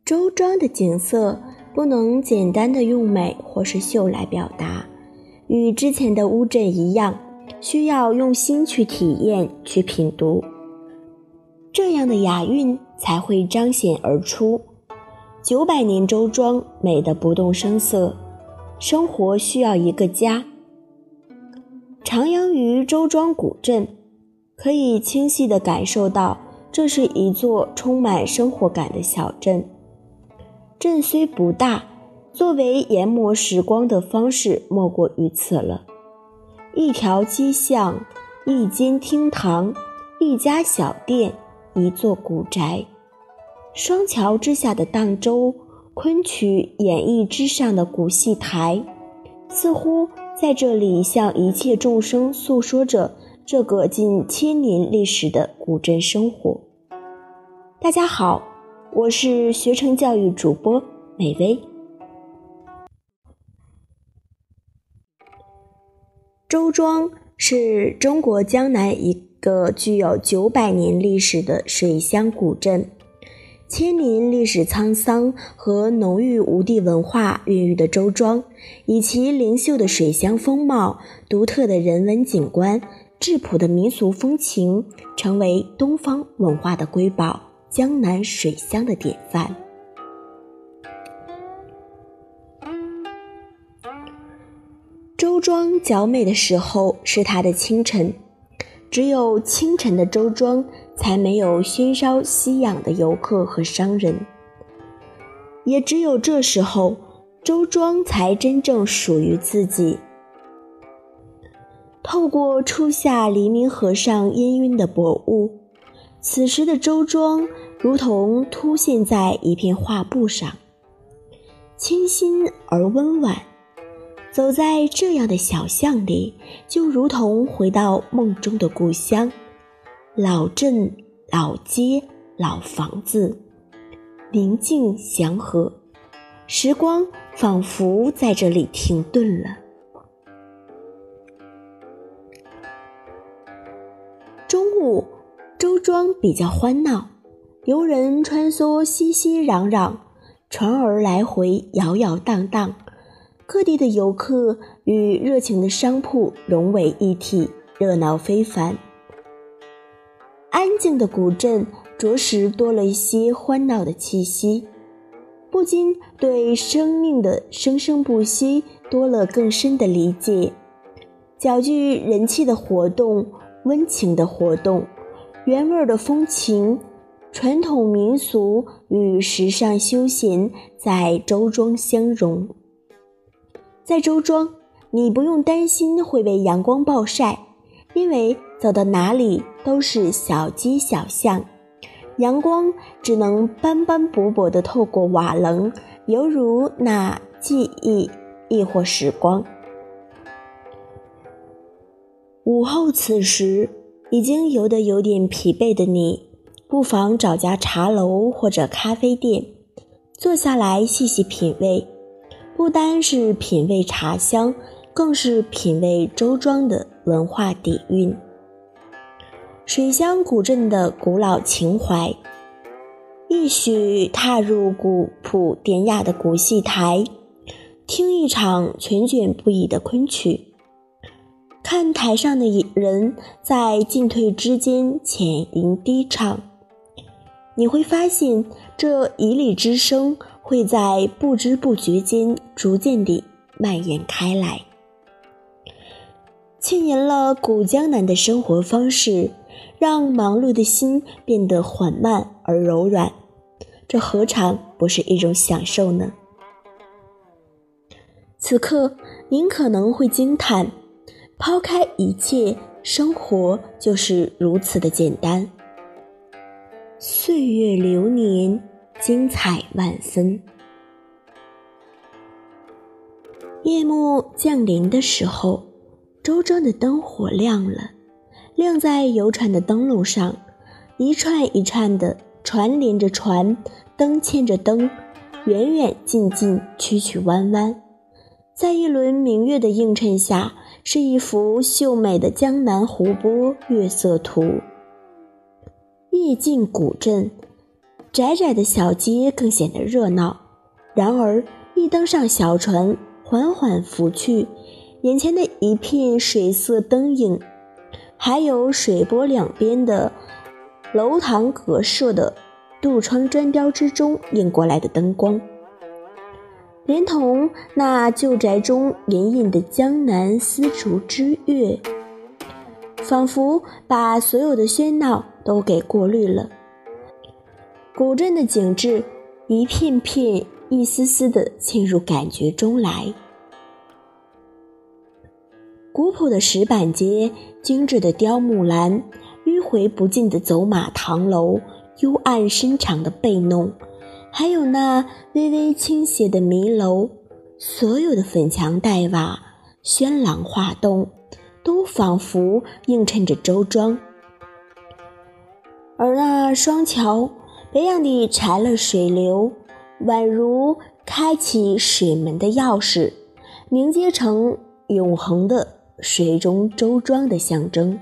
周庄的景色不能简单的用美或是秀来表达，与之前的乌镇一样，需要用心去体验、去品读，这样的雅韵才会彰显而出。900年周庄美得不动声色，生活需要一个家。徜徉于周庄古镇，可以清晰地感受到这是一座充满生活感的小镇。镇虽不大，作为研磨时光的方式莫过于此了。一条街巷，一间厅堂，一家小店，一座古宅，双桥之下的荡舟，昆曲演绎之上的古戏台，似乎在这里向一切众生诉说着这个近1000年历史的古镇生活。大家好，我是学城教育主播美薇。周庄是中国江南一个具有900年历史的水乡古镇，千年历史沧桑和浓郁吴地文化孕育的周庄，以其灵秀的水乡风貌、独特的人文景观、质朴的民俗风情，成为东方文化的瑰宝，江南水乡的典范。周庄较美的时候是它的清晨，只有清晨的周庄才没有喧嚣熙攘的游客和商人，也只有这时候，周庄才真正属于自己。透过初夏黎明河上氤氲的薄雾，此时的周庄如同凸现在一片画布上，清新而温婉。走在这样的小巷里，就如同回到梦中的故乡，老镇、老街、老房子，宁静祥和，时光仿佛在这里停顿了。中午，周庄比较欢闹，游人穿梭熙熙攘攘，船儿来回摇摇荡荡，各地的游客与热情的商铺融为一体，热闹非凡。安静的古镇着实多了一些欢闹的气息，不禁对生命的生生不息多了更深的理解。较具人气的活动，温情的活动，原味的风情，传统民俗与时尚休闲在周庄相融。在周庄，你不用担心会被阳光暴晒，因为走到哪里都是小街小巷，阳光只能斑斑驳驳地透过瓦楞，犹如那记忆亦或时光。午后此时，已经游得有点疲惫的你，不妨找家茶楼或者咖啡店，坐下来细细品味。不单是品味茶香，更是品味周庄的文化底蕴，水乡古镇的古老情怀。一许踏入古朴典雅的古戏台，听一场卷卷不已的昆曲，看台上的人在进退之间浅吟低唱，你会发现这以礼之声会在不知不觉间逐渐地蔓延开来，浸淫了古江南的生活方式，让忙碌的心变得缓慢而柔软，这何尝不是一种享受呢？此刻您可能会惊叹，抛开一切，生活就是如此的简单。岁月流年，精彩万分。夜幕降临的时候，周庄的灯火亮了，亮在游船的灯笼上，一串一串的船连着船，灯牵着灯，远远近近，曲曲弯弯，在一轮明月的映衬下，是一幅秀美的江南湖泊月色图。夜静古镇， 窄窄的小街更显得热闹。然而一登上小船，缓缓浮去，眼前的一片水色灯影，还有水波两边的楼堂阁舍的镀窗砖雕之中映过来的灯光，连同那旧宅中隐隐的江南丝竹之乐，仿佛把所有的喧闹都给过滤了。古镇的景致一片片一丝丝地沁入感觉中来。古朴的石板街，精致的雕木栏，迂回不尽的走马唐楼，幽暗深长的背弄，还有那微微倾斜的迷楼，所有的粉墙黛瓦，轩廊画栋，都仿佛映衬着周庄。而那双桥别样地柴了水流，宛如开启水门的钥匙，凝结成永恒的水中周庄的象征。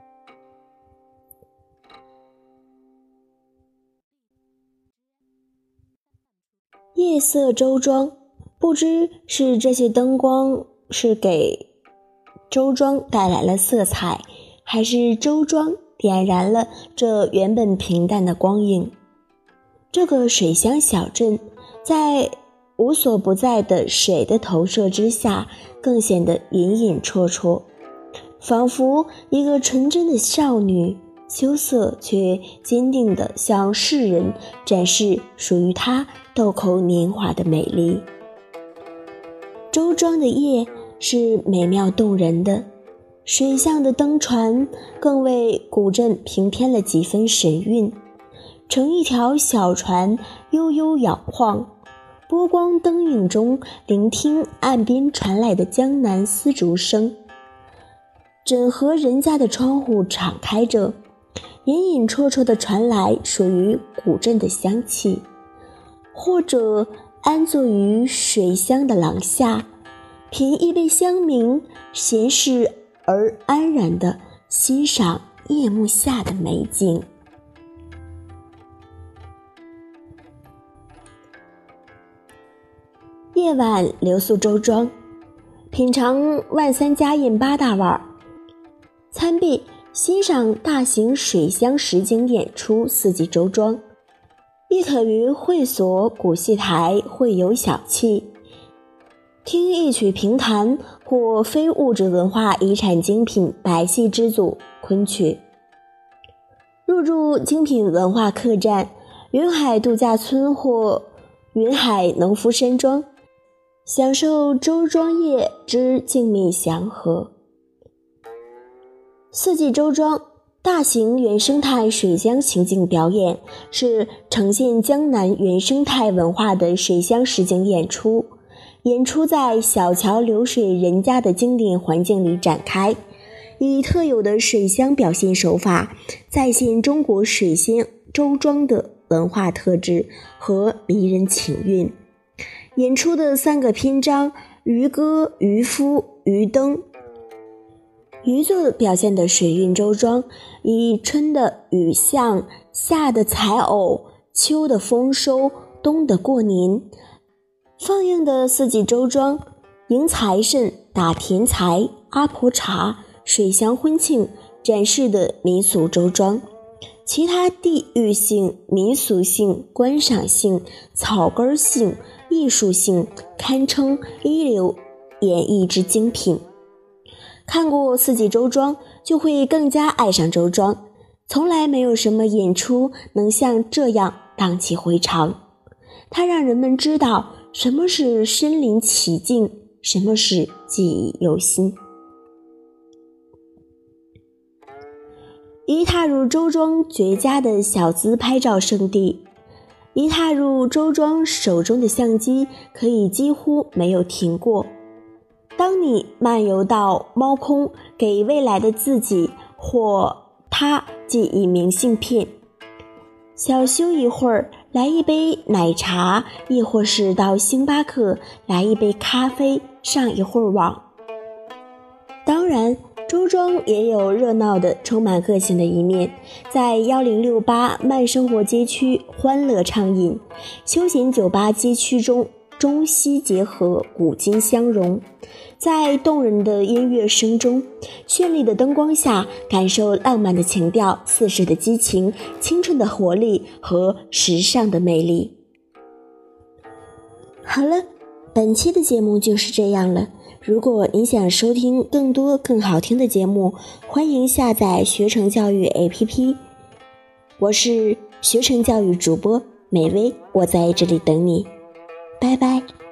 夜色周庄，不知是这些灯光是给周庄带来了色彩，还是周庄点燃了这原本平淡的光影。这个水乡小镇在无所不在的水的投射之下，更显得隐隐绰绰，仿佛一个纯真的少女，羞涩却坚定地向世人展示属于她豆蔻年华的美丽。周庄的夜是美妙动人的，水巷的灯船更为古镇平添了几分神韵，乘一条小船悠悠摇晃，波光灯影中聆听岸边传来的江南丝竹声。整河人家的窗户敞开着，隐隐绰绰地传来属于古镇的香气，或者安坐于水乡的廊下，品一杯香茗，闲适而安然地欣赏夜幕下的美景。夜晚留宿周庄，品尝万三家宴八大碗，餐毕欣赏大型水乡实景演出四季周庄，亦可于会所古戏台会游小憩，听一曲评弹或非物质文化遗产精品百戏之祖昆曲。入住精品文化客栈、云海度假村或云海农夫山庄，享受周庄夜之静谧祥和。四季周庄大型原生态水乡情景表演是呈现江南原生态文化的水乡实景演出，演出在小桥流水人家的经典环境里展开，以特有的水乡表现手法再现中国水乡周庄的文化特质和迷人情韵。演出的3个篇章，渔歌、渔夫、渔灯。渔作表现的水韵周庄，以春的雨巷、夏的采藕、秋的丰收、冬的过年。放映的四季周庄、迎财神、打田财、阿婆茶、水乡婚庆展示的民俗周庄，其他地域性、民俗性、观赏性、草根性、艺术性堪称一流演绎之精品。看过四季周庄，就会更加爱上周庄，从来没有什么演出能像这样荡气回肠。它让人们知道什么是身临其境，什么是记忆犹新。一踏入周庄绝佳的小资拍照圣地，一踏入周庄，手中的相机可以几乎没有停过。当你漫游到猫空，给未来的自己或他寄一明信片，小休一会儿，来一杯奶茶，亦或是到星巴克来一杯咖啡，上一会儿网。当然，周周庄也有热闹的、充满个性的一面，在1068慢生活街区欢乐畅饮，休闲酒吧街区中中西结合，古今相融，在动人的音乐声中，绚丽的灯光下，感受浪漫的情调、似水的激情、青春的活力和时尚的魅力。好了，本期的节目就是这样了。如果你想收听更多更好听的节目，欢迎下载学成教育 APP。我是学成教育主播美薇，我在这里等你。拜拜。